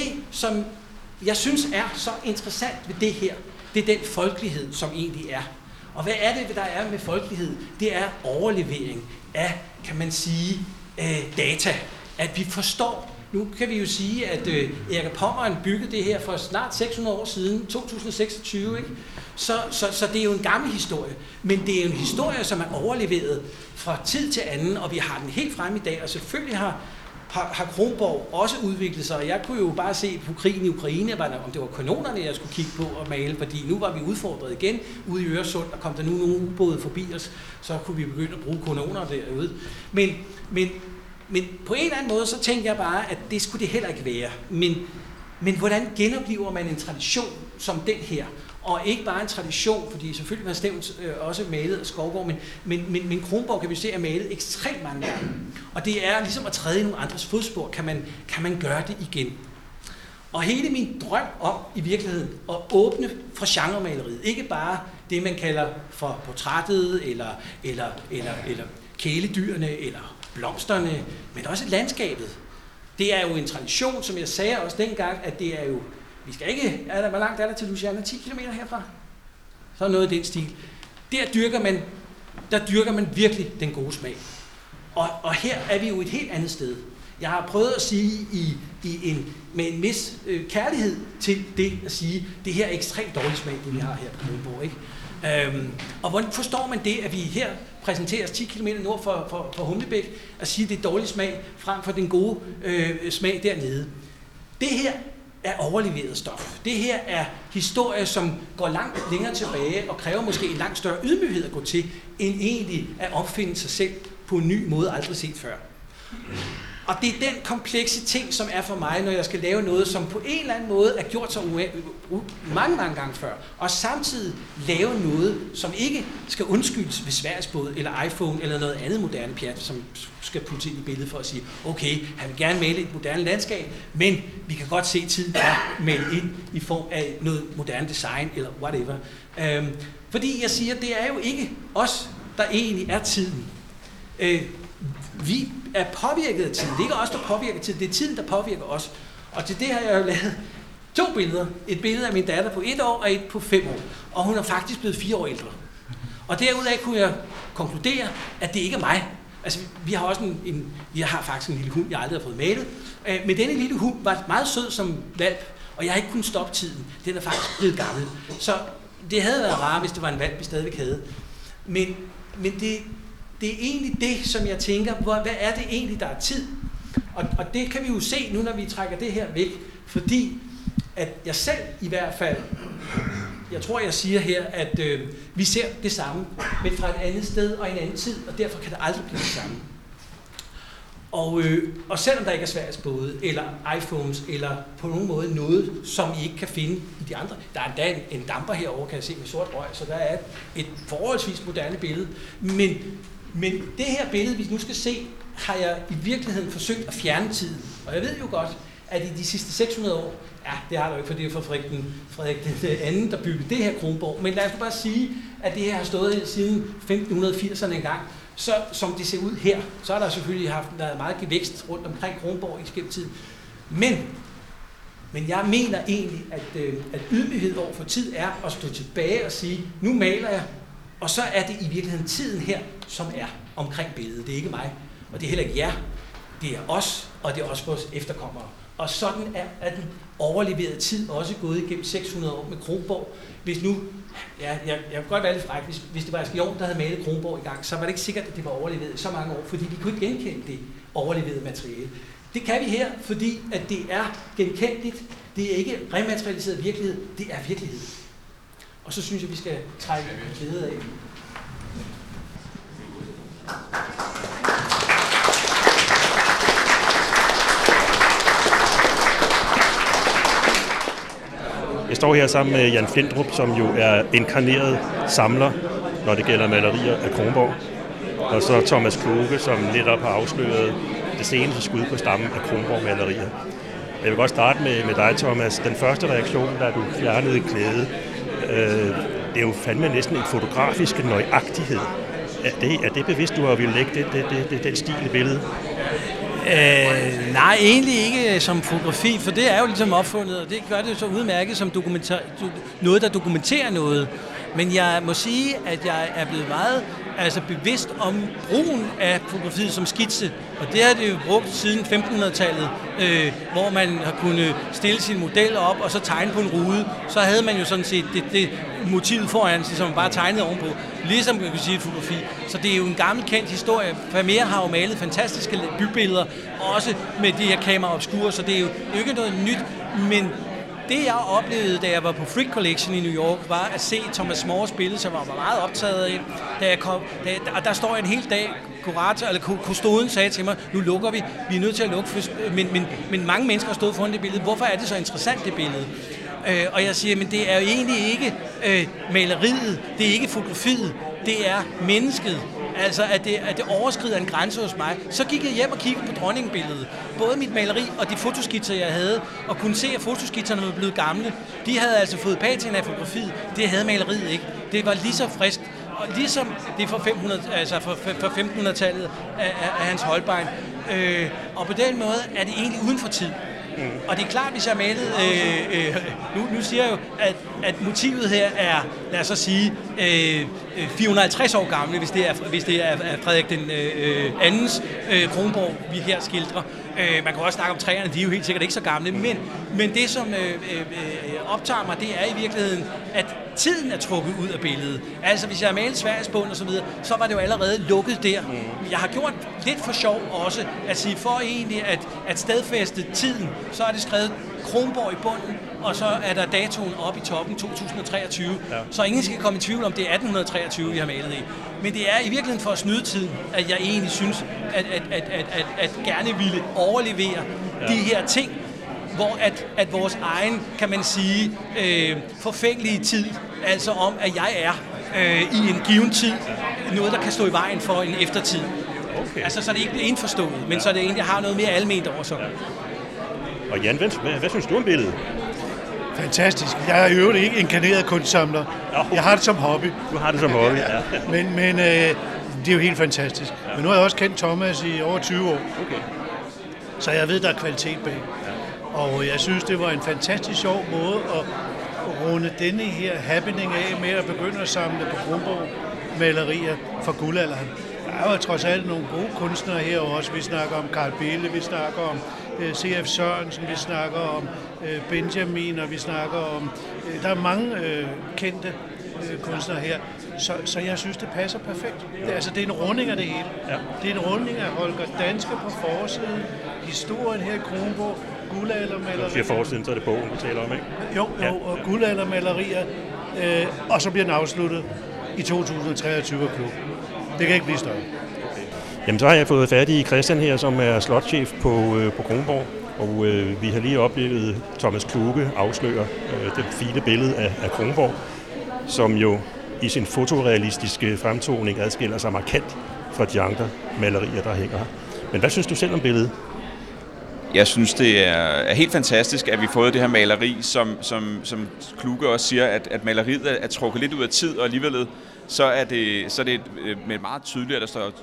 det, som jeg synes er så interessant ved det her, det er den folkelighed, som egentlig er. Og hvad er det, der er med folkelighed? Det er overlevering af, kan man sige, data. At vi forstår, nu kan vi jo sige, at Erik Pommern byggede det her for snart 600 år siden, 2026, ikke? Så det er jo en gammel historie, men det er jo en historie, som er overleveret fra tid til anden, og vi har den helt frem i dag, og selvfølgelig har Kronborg også udviklet sig, og jeg kunne jo bare se på krigen i Ukraine, om det var kanonerne, jeg skulle kigge på og male, fordi nu var vi udfordret igen ude i Øresund, og kom der nu nogle ubåde forbi os, så kunne vi begynde at bruge kanoner derude. Men på en eller anden måde, så tænkte jeg bare, at det skulle det heller ikke være. Men hvordan genoplever man en tradition som den her? Og ikke bare en tradition, fordi selvfølgelig har Stevns også malet af Skovgaard, men Kronborg kan vi se er malet ekstremt mange gange. Og det er ligesom at træde i nogle andres fodspor, kan man gøre det igen. Og hele min drøm om i virkeligheden at åbne for genremaleriet, ikke bare det man kalder for portrættet, eller kæledyrene, eller blomsterne, men også landskabet. Det er jo en tradition, som jeg sagde også dengang, at det er jo, vi skal ikke, hvor langt er der til Louisiana? 10 km herfra? Så er noget i den stil. Der dyrker man virkelig den gode smag. Og her er vi jo et helt andet sted. Jeg har prøvet at sige med en vis kærlighed til det at sige, det her er ekstremt dårlig smag, det vi har her på Kronborg, ikke? Og hvordan forstår man det, at vi her præsenterer os 10 km nord for Humlebæk, og siger, det er dårlig smag, frem for den gode smag dernede? Det her er overleveret stof. Det her er historie, som går langt længere tilbage, og kræver måske en langt større ydmyghed at gå til, end egentlig at opfinde sig selv på en ny måde, aldrig set før. Og det er den komplekse ting, som er for mig, når jeg skal lave noget, som på en eller anden måde er gjort så mange gange før, og samtidig lave noget, som ikke skal undskyldes ved sværsbåd eller iPhone eller noget andet moderne pjat, som skal putte ind i billedet for at sige, okay, han vil gerne male et moderne landskab, men vi kan godt se, at tiden er male ind i form af noget moderne design eller whatever. Fordi jeg siger, det er jo ikke os, der egentlig er tiden. Vi er påvirket af tiden. Det er ikke os, der påvirker tiden. Det er tiden, der påvirker os. Og til det har jeg jo lavet 2 billeder. Et billede af min datter på 1 år og et på 5 år. Og hun er faktisk blevet 4 år ældre. Og derudaf kunne jeg konkludere, at det ikke er mig. Altså, vi har også vi har faktisk en lille hund, jeg aldrig har fået malet. Men denne lille hund var meget sød som valp, og jeg har ikke kunnet stoppe tiden. Den er faktisk blevet gammel. Så det havde været rart, hvis det var en valp, vi stadigvæk havde. Men det er egentlig det, som jeg tænker, hvad er det egentlig, der er tid? Og det kan vi jo se nu, når vi trækker det her væk, fordi at jeg selv i hvert fald, jeg tror, jeg siger her, at vi ser det samme, men fra et andet sted og en anden tid, og derfor kan det aldrig blive det samme. Og selvom der ikke er sværdesbåde, eller iPhones, eller på nogen måde noget, som I ikke kan finde i de andre. Der er endda en damper herovre, kan jeg se, med sort røg, så der er et forholdsvis moderne billede. Men det her billede, vi nu skal se, har jeg i virkeligheden forsøgt at fjerne tiden. Og jeg ved jo godt, at i de sidste 600 år, ja, det har du ikke, for det er for Frederik den anden, der byggede det her Kronborg. Men lad os bare sige, at det her har stået siden 1580'erne engang. Så som det ser ud her, så har der selvfølgelig været meget gevækst rundt omkring Kronborg i skæbtiden. Men jeg mener egentlig, at ydmyghed over for tid er at stå tilbage og sige, nu maler jeg, og så er det i virkeligheden tiden her, som er omkring billedet. Det er ikke mig, og det er heller ikke jer. Det er os, og det er også vores efterkommere. Og sådan er den overleverede tid også gået igennem 600 år med Kronborg. Hvis nu, ja, jeg kan godt være lidt fræk, hvis det var Asger, der havde malet Kronborg i gang, så var det ikke sikkert, at det var overlevet i så mange år, fordi vi kunne ikke genkende det overleverede materiale. Det kan vi her, fordi at det er genkendeligt. Det er ikke rematerialiseret virkelighed, det er virkelighed. Og så synes jeg, vi skal trække klædet af. Jeg står her sammen med Jan Flintrup, som jo er inkarneret samler, når det gælder malerier af Kronborg. Og så Thomas Kloge, som netop har afsløret det seneste skud på stammen af Kronborg-malerier. Jeg vil godt starte med dig, Thomas. Den første reaktion, da du fjernede klædet, det er jo fandme næsten en fotografisk nøjagtighed. Er det bevidst, du har ville lægge den stil i billedet? Nej, egentlig ikke som fotografi, for det er jo ligesom opfundet, og det gør det så udmærket som noget, der dokumenterer noget. Men jeg må sige, at jeg er blevet meget bevidst om brugen af fotografiet som skitse. Og det har det jo brugt siden 1500-tallet, hvor man har kunnet stille sin model op og så tegne på en rude. Så havde man jo sådan set det motivet foran sig, som man bare tegnede ovenpå. Ligesom man kan sige et fotografi. Så det er jo en gammel kendt historie. Vermeer har jo malet fantastiske bybilleder, også med det her kamera obscure, så det er jo ikke noget nyt. Men det jeg oplevede, da jeg var på Frick Collection i New York, var at se Thomas Mores billede, som jeg var meget optaget af. Da jeg kom, der står en hel dag, kustoden sagde til mig, nu lukker vi er nødt til at lukke, men mange mennesker har stået foran det billede. Hvorfor er det så interessant, det billede? Og jeg siger, men det er jo egentlig ikke maleriet, det er ikke fotografiet, det er mennesket. Altså, at det overskrider en grænse hos mig. Så gik jeg hjem og kiggede på dronningbilledet. Både mit maleri og de fotoskitser, jeg havde, og kunne se, at fotoskitserne var blevet gamle. De havde altså fået patina af fotografiet. Det havde maleriet ikke. Det var lige så friskt. Og ligesom det fra 1500-tallet af Hans Holbein. Og på den måde er det egentlig uden for tid. Og det er klart, hvis jeg malede, nu siger jeg jo, at motivet her er, lad os så sige, 450 år gamle, hvis det er Frederik den andens Kronborg, vi her skildrer. Man kan også snakke om træerne, de er jo helt sikkert ikke så gamle, men det, som optager mig, det er i virkeligheden, at tiden er trukket ud af billedet. Altså, hvis jeg har malet Sverigesbund og så videre, så var det jo allerede lukket der. Jeg har gjort lidt for sjov også, at sige, for egentlig at stadfæste tiden, så er det skrevet Kronborg i bunden, og så er der datoen oppe i toppen, 2023. Ja. Så ingen skal komme i tvivl om, det er 1823, vi har malet i. Men det er i virkeligheden for at snyde tiden, at jeg egentlig synes, at gerne ville overlevere de her ting, hvor at vores egen, kan man sige, forfængelige tid, altså om, at jeg er i en given tid, noget, der kan stå i vejen for en eftertid. Okay. Altså, så det ikke bliver indforstået, men så det egentlig har noget mere alment over sig. Og Jan, hvad synes du om billedet? Fantastisk. Jeg er i øvrigt ikke inkarneret kunstsamler. Jeg har det som hobby. Du har det som hobby, ja. Men det er jo helt fantastisk. Men nu har jeg også kendt Thomas i over 20 år. Okay. Så jeg ved, der er kvalitet bag. Ja. Og jeg synes, det var en fantastisk sjov måde at runde denne her happening af med at begynde at samle på Kronborg-malerier fra guldalderen. Der er jo trods alt nogle gode kunstnere her også. Vi snakker om Carl Bille, vi snakker om C.F. Sørensen, vi snakker om Benjamin, og vi snakker om... Der er mange kendte kunstnere her, så jeg synes, det passer perfekt. Det er en runding af det hele. Ja. Det er en runding af Holger Danske på forsiden, historien her i Kronborg, guldaldermalerier. Når du siger forsiden, så er det bogen, du taler om, ikke? Jo, og guldaldermalerier, og så bliver den afsluttet i 2023 af klub. Det kan ikke blive større. Jamen, så har jeg fået fat i Christian her, som er slotchef på Kronborg, og vi har lige oplevet Thomas Kluge afsløre det fine billede af Kronborg, som jo i sin fotorealistiske fremtoning adskiller sig markant fra de andre malerier, der hænger her. Men hvad synes du selv om billedet? Jeg synes, det er helt fantastisk, at vi har fået det her maleri, som Kluge også siger, at maleriet er trukket lidt ud af tid, og alligevel så er det med meget tydeligt, at der står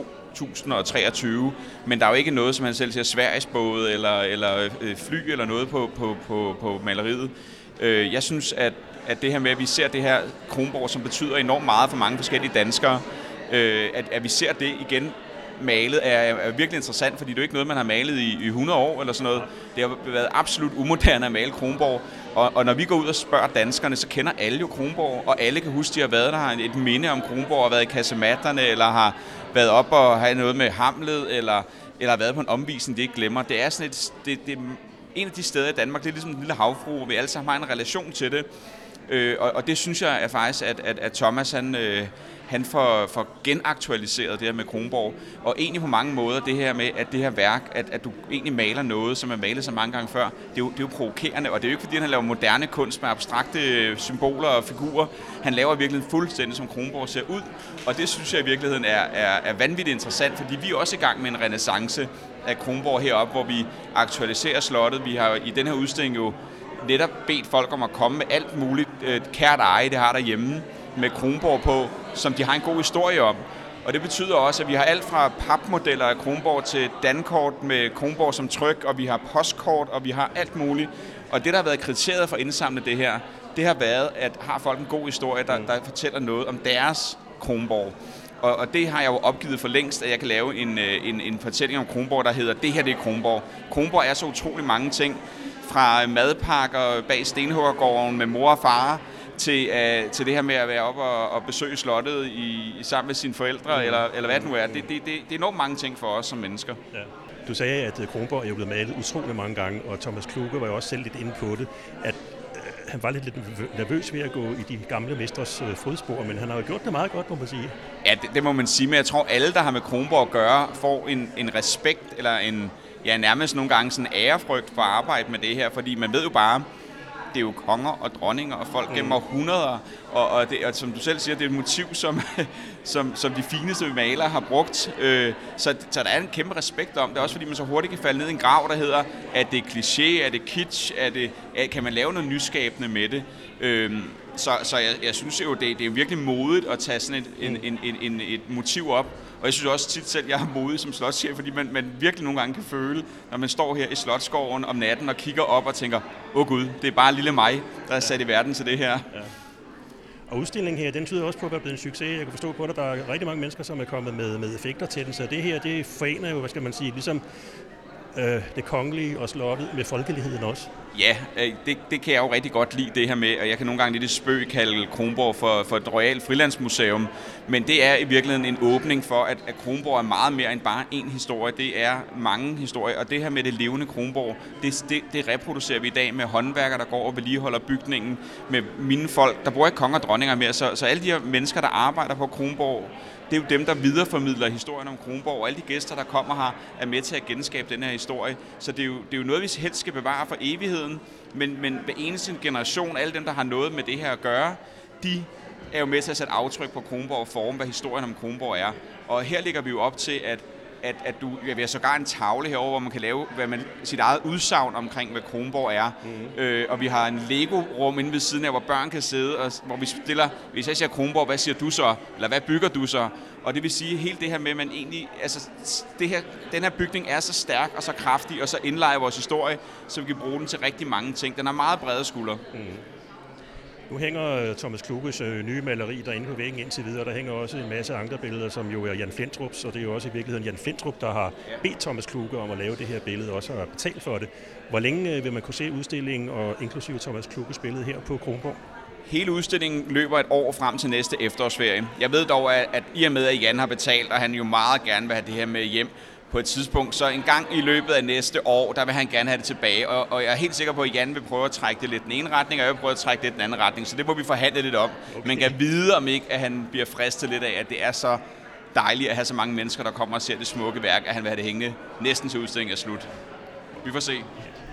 2023, men der er jo ikke noget, som han selv siger, Sverigesbåd eller fly eller noget på maleriet. Jeg synes, at det her med, at vi ser det her Kronborg, som betyder enormt meget for mange forskellige danskere, at vi ser det igen malet, er virkelig interessant, fordi det er jo ikke noget, man har malet i 100 år eller sådan noget. Det har været absolut umoderne at male Kronborg, og når vi går ud og spørger danskerne, så kender alle jo Kronborg, og alle kan huske, de har været der, har et minde om Kronborg, og været i kasematterne, eller har været op og have noget med Hamlet, eller har været på en omvisning, de ikke glemmer. Det er sådan det er en af de steder i Danmark, det er ligesom en lille havfrue, hvor vi alle sammen har en relation til det. Og det synes jeg er faktisk, at Thomas han får genaktualiseret det her med Kronborg, og egentlig på mange måder det her med, at det her værk, at du egentlig maler noget, som er malet så mange gange før, det er jo provokerende, og det er jo ikke fordi, han laver moderne kunst med abstrakte symboler og figurer. Han laver virkelig fuldstændig, som Kronborg ser ud, og det synes jeg i virkeligheden er vanvittigt interessant, fordi vi er også i gang med en renæssance af Kronborg heroppe, hvor vi aktualiserer slottet. Vi har i den her udstilling jo netop bedt folk om at komme med alt muligt kært eje, det har derhjemme, med Kronborg på, som de har en god historie om. Og det betyder også, at vi har alt fra papmodeller af Kronborg til dankort med Kronborg som tryk, og vi har postkort, og vi har alt muligt. Og det, der har været kriteriet for at indsamle det her, det har været, at har folk en god historie, der fortæller noget om deres Kronborg. Og det har jeg jo opgivet for længst, at jeg kan lave en fortælling om Kronborg, der hedder, det her det er Kronborg. Kronborg er så utrolig mange ting, fra madpakker bag Stenhuggergården med mor og far, til det her med at være oppe og besøge slottet sammen med sine forældre, eller hvad det nu er. Det er enormt mange ting for os som mennesker. Ja. Du sagde, at Kronborg er jo blevet malet utrolig mange gange, og Thomas Kluge var jo også selv lidt inde på det, at han var lidt nervøs ved at gå i de gamle mestres fodspor, men han har jo gjort det meget godt, må man sige. Ja, det må man sige, men jeg tror, alle, der har med Kronborg at gøre, får en respekt, eller nærmest nogle gange sådan en ærefrygt for at arbejde med det her, fordi man ved jo bare, det er jo konger og dronninger og folk gennem århundreder, og som du selv siger, det er et motiv, som de fineste malere har brugt. Så der er en kæmpe respekt om det, også fordi man så hurtigt kan falde ned i en grav, der hedder, at det er kliché, er det kitsch, kan man lave noget nyskabende med det. Så jeg synes jo, det er virkelig modigt at tage sådan et motiv op. Og jeg synes også tit selv, at jeg er modig som slotschef, fordi man virkelig nogle gange kan føle, når man står her i Slotsgården om natten og kigger op og tænker, Gud, det er bare lille mig, der er sat i verden til det her. Ja. Og udstillingen her, den tyder også på at være blevet en succes. Jeg kan forstå på, at der er rigtig mange mennesker, som er kommet med effekter til den, så det her, det forener jo, hvad skal man sige, ligesom det kongelige og slottet med folkeligheden også. Ja, det kan jeg jo rigtig godt lide det her med, og jeg kan nogle gange lidt i spøg kalde Kronborg for et royalt frilandsmuseum, men det er i virkeligheden en åbning for, at Kronborg er meget mere end bare én historie. Det er mange historier, og det her med det levende Kronborg, det reproducerer vi i dag med håndværkere, der går og vedligeholder bygningen, med mine folk. Der bor ikke konger og dronninger mere, så alle de her mennesker, der arbejder på Kronborg, det er jo dem, der videreformidler historien om Kronborg, og alle de gæster, der kommer her, er med til at genskabe den her historie. Så det er jo noget, vi helst skal bevare for evigheden, men hver eneste generation, alle dem, der har noget med det her at gøre, de er jo med til at sætte aftryk på Kronborg og forme, hvad historien om Kronborg er. Og her ligger vi jo op til, at vi har sågar en tavle herovre, hvor man kan lave sit eget udsagn omkring, hvad Kronborg er. Og vi har en Lego-rum inde ved siden af, hvor børn kan sidde, og hvor vi stiller, hvis jeg siger Kronborg, hvad siger du så? Eller hvad bygger du så? Og det vil sige, helt det her med, at man egentlig, altså, den her bygning er så stærk og så kraftig, og så indlejer vores historie, så vi kan bruge den til rigtig mange ting. Den har meget brede skuldre. Nu hænger Thomas Kluges nye maleri derinde på væggen indtil videre. Der hænger også en masse andre billeder, som jo er Jan Flintrup's, og det er jo også i virkeligheden Jan Flintrup, der har bedt Thomas Kluge om at lave det her billede, og også har betalt for det. Hvor længe vil man kunne se udstillingen, og inklusive Thomas Kluges billede her på Kronborg? Hele udstillingen løber et år frem til næste efterårsferie. Jeg ved dog, at i og med, at Jan har betalt, og han jo meget gerne vil have det her med hjem på et tidspunkt, så en gang i løbet af næste år, der vil han gerne have det tilbage. Og jeg er helt sikker på, at Jan vil prøve at trække det lidt den ene retning, og jeg vil prøve at trække det den anden retning. Så det må vi forhandle lidt om. Okay. Man kan vide, om ikke, at han bliver fristet lidt af, at det er så dejligt at have så mange mennesker, der kommer og ser det smukke værk, at han vil have det hængende næsten til udstillingen er slut. Vi får se.